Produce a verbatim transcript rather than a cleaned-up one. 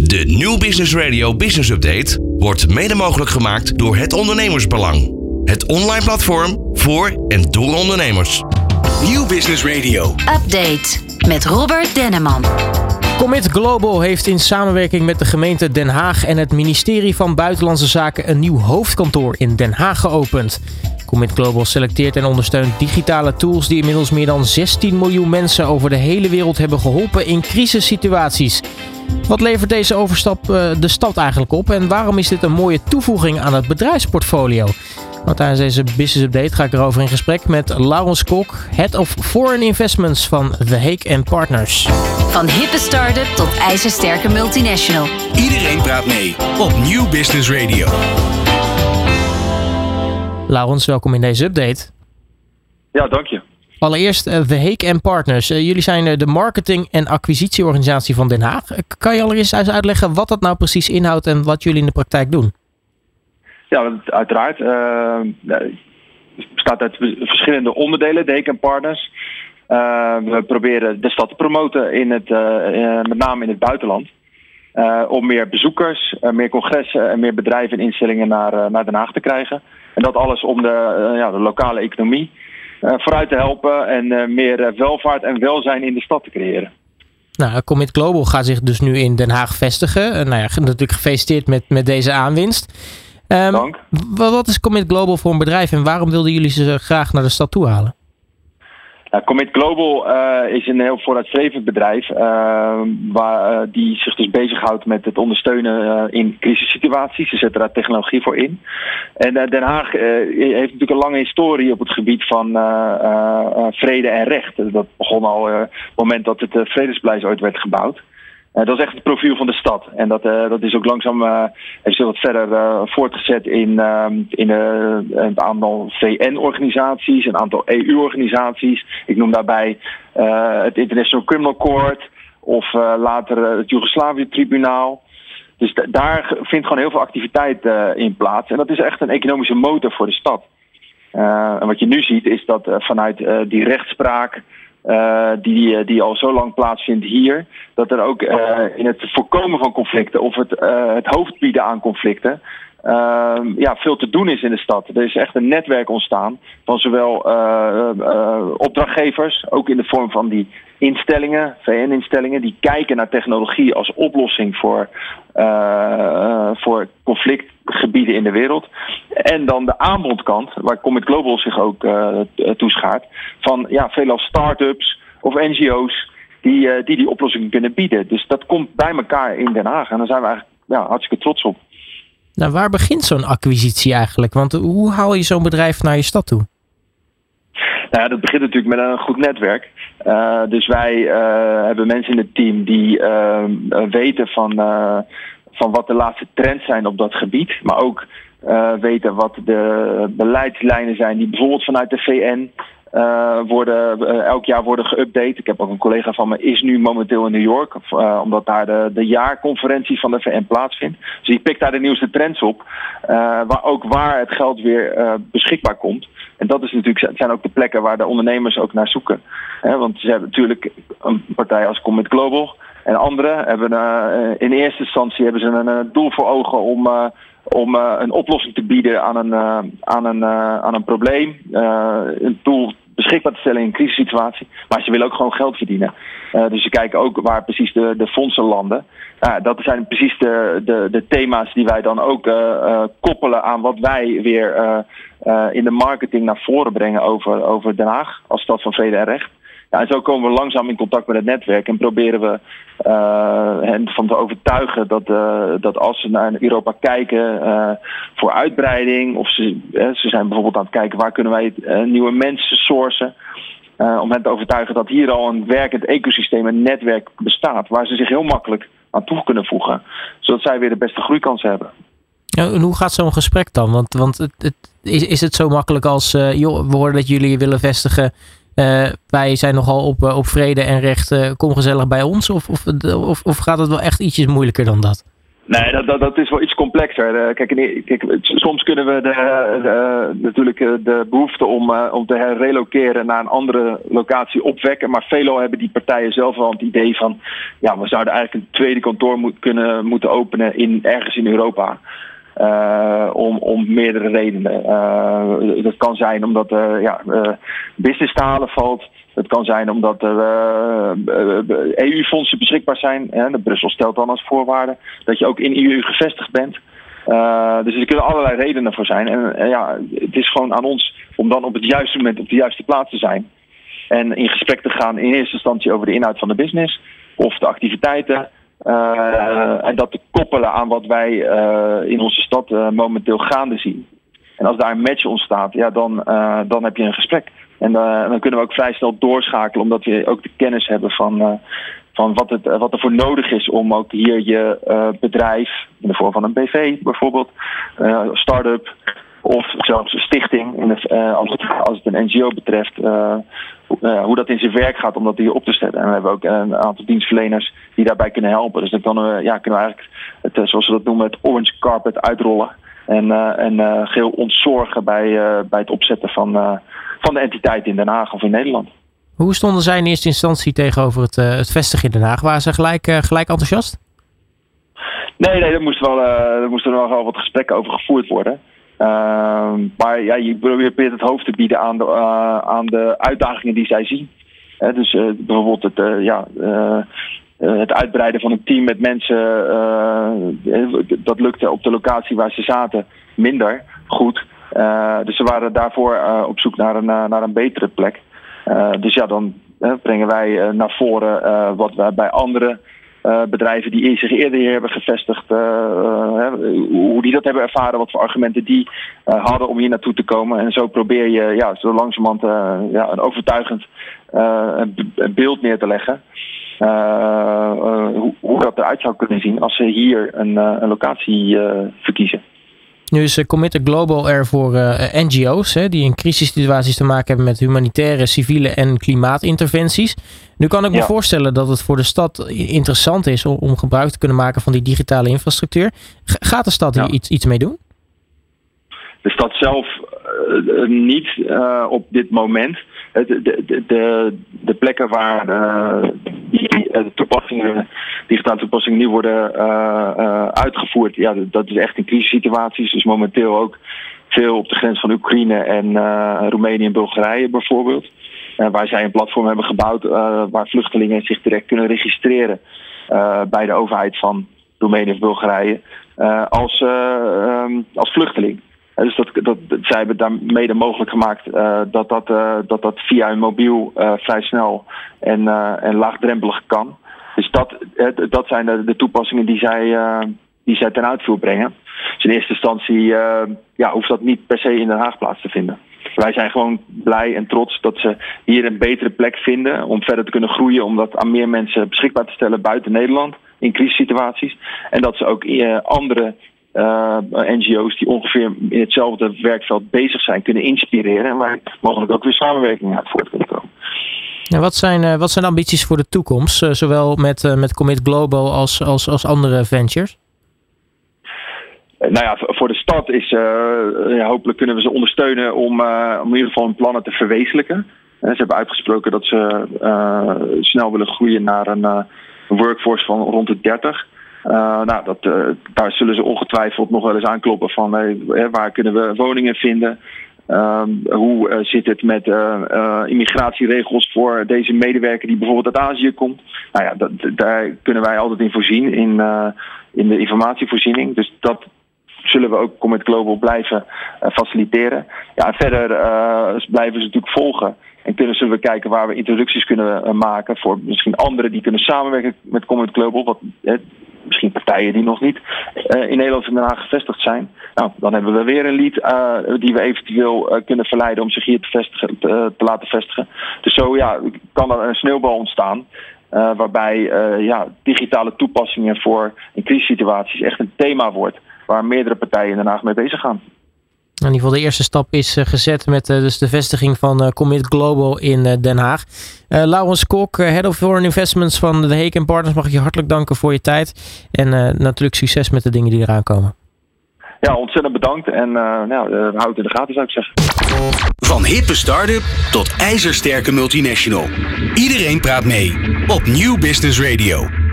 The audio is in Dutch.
De Nieuw Business Radio Business Update wordt mede mogelijk gemaakt door Het Ondernemersbelang. Het online platform voor en door ondernemers. Nieuw Business Radio Update met Robert Denneman. Commit Global heeft in samenwerking met de gemeente Den Haag en het ministerie van Buitenlandse Zaken een nieuw hoofdkantoor in Den Haag geopend. Commit Global selecteert en ondersteunt digitale tools die inmiddels meer dan zestien miljoen mensen over de hele wereld hebben geholpen in crisissituaties. Wat levert deze overstap uh, de stad eigenlijk op en waarom is dit een mooie toevoeging aan het bedrijfsportfolio? Nou, tijdens deze Business Update ga ik erover in gesprek met Laurens Kok, Head of Foreign Investments van The Hague and Partners. Van hippe start-up tot ijzersterke multinational. Iedereen praat mee op Nieuw Business Radio. Laurens, welkom in deze update. Ja, dank je. Allereerst uh, The Hague and Partners. Uh, jullie zijn uh, de marketing- en acquisitieorganisatie van Den Haag. Uh, kan je allereerst eens uitleggen wat dat nou precies inhoudt en wat jullie in de praktijk doen? Ja, uiteraard. Uh, het bestaat uit verschillende onderdelen, The Hague and Partners. Uh, we proberen de stad te promoten, in het, uh, uh, met name in het buitenland. Uh, om meer bezoekers, uh, meer congressen en meer bedrijven en instellingen naar, uh, naar Den Haag te krijgen. En dat alles om de, uh, ja, de lokale economie uh, vooruit te helpen en uh, meer uh, welvaart en welzijn in de stad te creëren. Nou, Commit Global gaat zich dus nu in Den Haag vestigen. Uh, nou ja, natuurlijk gefeliciteerd met, met deze aanwinst. Um, Dank. Wat is Commit Global voor een bedrijf en waarom wilden jullie ze graag naar de stad toe halen? Ja, Commit Global uh, is een heel vooruitstrevend bedrijf uh, waar, uh, die zich dus bezighoudt met het ondersteunen uh, in crisissituaties. Ze zetten daar technologie voor in. En uh, Den Haag uh, heeft natuurlijk een lange historie op het gebied van uh, uh, vrede en recht. Dat begon al uh, op het moment dat het uh, Vredespaleis ooit werd gebouwd. Uh, dat is echt het profiel van de stad. En dat, uh, dat is ook langzaam uh, heeft zich wat verder uh, voortgezet in, uh, in uh, een aantal V N-organisaties, een aantal E U-organisaties. Ik noem daarbij uh, het International Criminal Court of uh, later uh, het Joegoslavië-tribunaal. Dus d- daar vindt gewoon heel veel activiteit uh, in plaats. En dat is echt een economische motor voor de stad. Uh, en wat je nu ziet is dat uh, vanuit uh, die rechtspraak Uh, die, die al zo lang plaatsvindt hier, dat er ook uh, in het voorkomen van conflicten of het, uh, het hoofd bieden aan conflicten uh, ja, veel te doen is in de stad. Er is echt een netwerk ontstaan van zowel uh, uh, opdrachtgevers, ook in de vorm van die instellingen, V N-instellingen, die kijken naar technologie als oplossing voor, uh, uh, voor conflictgebieden in de wereld. En dan de aanbodkant, waar Commit Global zich ook uh, toeschaart, van ja, veelal start-ups of N G O's die, uh, die die oplossing kunnen bieden. Dus dat komt bij elkaar in Den Haag en daar zijn we eigenlijk ja, hartstikke trots op. Nou, waar begint zo'n acquisitie eigenlijk? Want hoe haal je zo'n bedrijf naar je stad toe? Nou ja, dat begint natuurlijk met een goed netwerk. Uh, dus wij uh, hebben mensen in het team die uh, weten van, uh, van wat de laatste trends zijn op dat gebied. Maar ook uh, weten wat de beleidslijnen zijn die bijvoorbeeld vanuit de V N uh, worden, uh, elk jaar worden geüpdate. Ik heb ook een collega van me, is nu momenteel in New York. Uh, omdat daar de, de jaarconferentie van de V N plaatsvindt. Dus die pikt daar de nieuwste trends op. Uh, waar ook waar het geld weer uh, beschikbaar komt. En dat is natuurlijk, het zijn ook de plekken waar de ondernemers ook naar zoeken. He, want ze hebben natuurlijk een partij als Commit Global en anderen hebben uh, in eerste instantie hebben ze een uh, doel voor ogen om, uh, om uh, een oplossing te bieden aan een, uh, aan een, uh, aan een probleem. Uh, een doel beschikbaar te stellen in een crisissituatie. Maar ze willen ook gewoon geld verdienen. Uh, dus ze kijken ook waar precies de, de fondsen landen. Nou, dat zijn precies de, de, de thema's die wij dan ook uh, uh, koppelen aan wat wij weer uh, uh, in de marketing naar voren brengen over, over Den Haag als stad van vrede en recht. Ja, en zo komen we langzaam in contact met het netwerk en proberen we uh, hen van te overtuigen dat, uh, dat als ze naar Europa kijken uh, voor uitbreiding, of ze, uh, ze zijn bijvoorbeeld aan het kijken waar kunnen wij uh, nieuwe mensen sourcen. Uh, om hen te overtuigen dat hier al een werkend ecosysteem, een netwerk bestaat waar ze zich heel makkelijk aan toe kunnen voegen. Zodat zij weer de beste groeikansen hebben. Ja, en hoe gaat zo'n gesprek dan? Want, want het, het, is, is het zo makkelijk als, uh, joh, we horen dat jullie je willen vestigen. Uh, wij zijn nogal op, uh, op vrede en recht. Uh, kom gezellig bij ons. Of, of, of, of gaat het wel echt ietsjes moeilijker dan dat? Nee, dat, dat, dat is wel iets complexer. Uh, kijk, kijk, soms kunnen we de, de, natuurlijk de behoefte om, uh, om te reloceren naar een andere locatie opwekken. Maar veelal hebben die partijen zelf wel het idee van... ja, we zouden eigenlijk een tweede kantoor moet, kunnen moeten openen in, ergens in Europa. Uh, om, om meerdere redenen. Uh, dat kan zijn omdat uh, ja, uh, business te halen valt. Het kan zijn omdat er uh, uh, E U-fondsen beschikbaar zijn. Hè. De Brussel stelt dan als voorwaarde dat je ook in E U gevestigd bent. Uh, dus er kunnen allerlei redenen voor zijn. En uh, ja, het is gewoon aan ons om dan op het juiste moment op de juiste plaats te zijn. En in gesprek te gaan in eerste instantie over de inhoud van de business of de activiteiten. Uh, en dat te koppelen aan wat wij uh, in onze stad uh, momenteel gaande zien. En als daar een match ontstaat, ja, dan, uh, dan heb je een gesprek. En uh, dan kunnen we ook vrij snel doorschakelen, omdat we ook de kennis hebben van, uh, van wat, het, uh, wat er voor nodig is om ook hier je uh, bedrijf, in de vorm van een B V bijvoorbeeld, uh, start-up of zelfs een stichting, in de, uh, als, het, als het een N G O betreft, uh, uh, hoe dat in zijn werk gaat om dat hier op te zetten. En we hebben ook een aantal dienstverleners die daarbij kunnen helpen. Dus dan kunnen we, ja, kunnen we eigenlijk, het, zoals we dat noemen, het orange carpet uitrollen. En, uh, en uh, geheel ontzorgen bij, uh, bij het opzetten van, uh, van de entiteit in Den Haag of in Nederland. Hoe stonden zij in eerste instantie tegenover het, uh, het vestigen in Den Haag? Waren ze gelijk, uh, gelijk enthousiast? Nee, nee, er moesten wel, uh, er moesten wel, wel wat gesprekken over gevoerd worden. Uh, maar ja, je probeert het hoofd te bieden aan de, uh, aan de uitdagingen die zij zien. Uh, dus uh, bijvoorbeeld het, uh, ja, uh, uh, het uitbreiden van een team met mensen, uh, dat lukte op de locatie waar ze zaten minder goed. Uh, dus ze waren daarvoor uh, op zoek naar een, uh, naar een betere plek. Uh, dus ja, dan uh, brengen wij uh, naar voren uh, wat wij bij andere uh, bedrijven die zich eerder hier hebben gevestigd, uh, uh, hoe die dat hebben ervaren, wat voor argumenten die uh, hadden om hier naartoe te komen. En zo probeer je ja, zo langzamerhand uh, ja, een overtuigend uh, een beeld neer te leggen. Uh, uh, hoe, hoe dat eruit zou kunnen zien als ze hier een, uh, een locatie uh, verkiezen. Nu is Committed Global er voor uh, N G O's hè, die in crisissituaties te maken hebben met humanitaire, civiele en klimaatinterventies. Nu kan ik me ja. voorstellen dat het voor de stad interessant is om, om gebruik te kunnen maken van die digitale infrastructuur. G- gaat de stad hier ja. iets, iets mee doen? De stad zelf uh, niet uh, op dit moment. De, de, de, de plekken waar uh, die de toepassingen, digitale toepassingen nu worden uh, uh, uitgevoerd, ja, dat is echt in crisissituaties. Dus momenteel ook veel op de grens van Oekraïne en uh, Roemenië en Bulgarije bijvoorbeeld. Uh, waar zij een platform hebben gebouwd uh, waar vluchtelingen zich direct kunnen registreren uh, bij de overheid van Roemenië of Bulgarije uh, als, uh, um, als vluchteling. Dus dat, dat, dat, zij hebben daar mede mogelijk gemaakt uh, dat, dat, uh, dat dat via een mobiel uh, vrij snel en, uh, en laagdrempelig kan. Dus dat, uh, dat zijn de, de toepassingen die zij, uh, die zij ten uitvoer brengen. Dus in eerste instantie uh, ja, hoeft dat niet per se in Den Haag plaats te vinden. Wij zijn gewoon blij en trots dat ze hier een betere plek vinden om verder te kunnen groeien, om dat aan meer mensen beschikbaar te stellen buiten Nederland in crisissituaties. En dat ze ook uh, andere Uh, N G O's die ongeveer in hetzelfde werkveld bezig zijn kunnen inspireren en waar mogelijk ook weer samenwerking uit voort kunnen komen. Ja, wat zijn, uh, wat zijn de ambities voor de toekomst, uh, zowel met, uh, met Commit Global als, als, als andere ventures? Uh, nou ja, voor de stad is uh, ja, hopelijk kunnen we ze ondersteunen om, uh, om in ieder geval hun plannen te verwezenlijken. Uh, ze hebben uitgesproken dat ze uh, snel willen groeien naar een uh, workforce van rond de dertig. Uh, nou, dat, uh, daar zullen ze ongetwijfeld nog wel eens aankloppen van uh, waar kunnen we woningen vinden. Uh, hoe uh, zit het met uh, uh, immigratieregels voor deze medewerker die bijvoorbeeld uit Azië komt. Nou ja, dat, daar kunnen wij altijd in voorzien in, uh, in de informatievoorziening. Dus dat zullen we ook Commit Global blijven uh, faciliteren. Ja, en verder uh, blijven ze natuurlijk volgen. En kunnen zullen we kijken waar we introducties kunnen uh, maken voor misschien anderen die kunnen samenwerken met Commit Global. Wat, eh, misschien partijen die nog niet uh, in Nederland en Den Haag gevestigd zijn. Nou, dan hebben we weer een lead uh, die we eventueel uh, kunnen verleiden om zich hier te, vestigen, te, te laten vestigen. Dus zo ja, kan er een sneeuwbal ontstaan. Uh, waarbij uh, ja, digitale toepassingen voor in crisissituaties echt een thema wordt. Waar meerdere partijen in Den Haag mee bezig gaan. In ieder geval de eerste stap is uh, gezet met uh, dus de vestiging van uh, Commit Global in uh, Den Haag. Uh, Laurens Kok, uh, Head of Foreign Investments van de Heek en Partners, mag ik je hartelijk danken voor je tijd. En uh, natuurlijk succes met de dingen die eraan komen. Ja, ontzettend bedankt en uh, nou, uh, houd het in de gaten, zou ik zeggen. Van hippe start-up tot ijzersterke multinational. Iedereen praat mee op Nieuw Business Radio.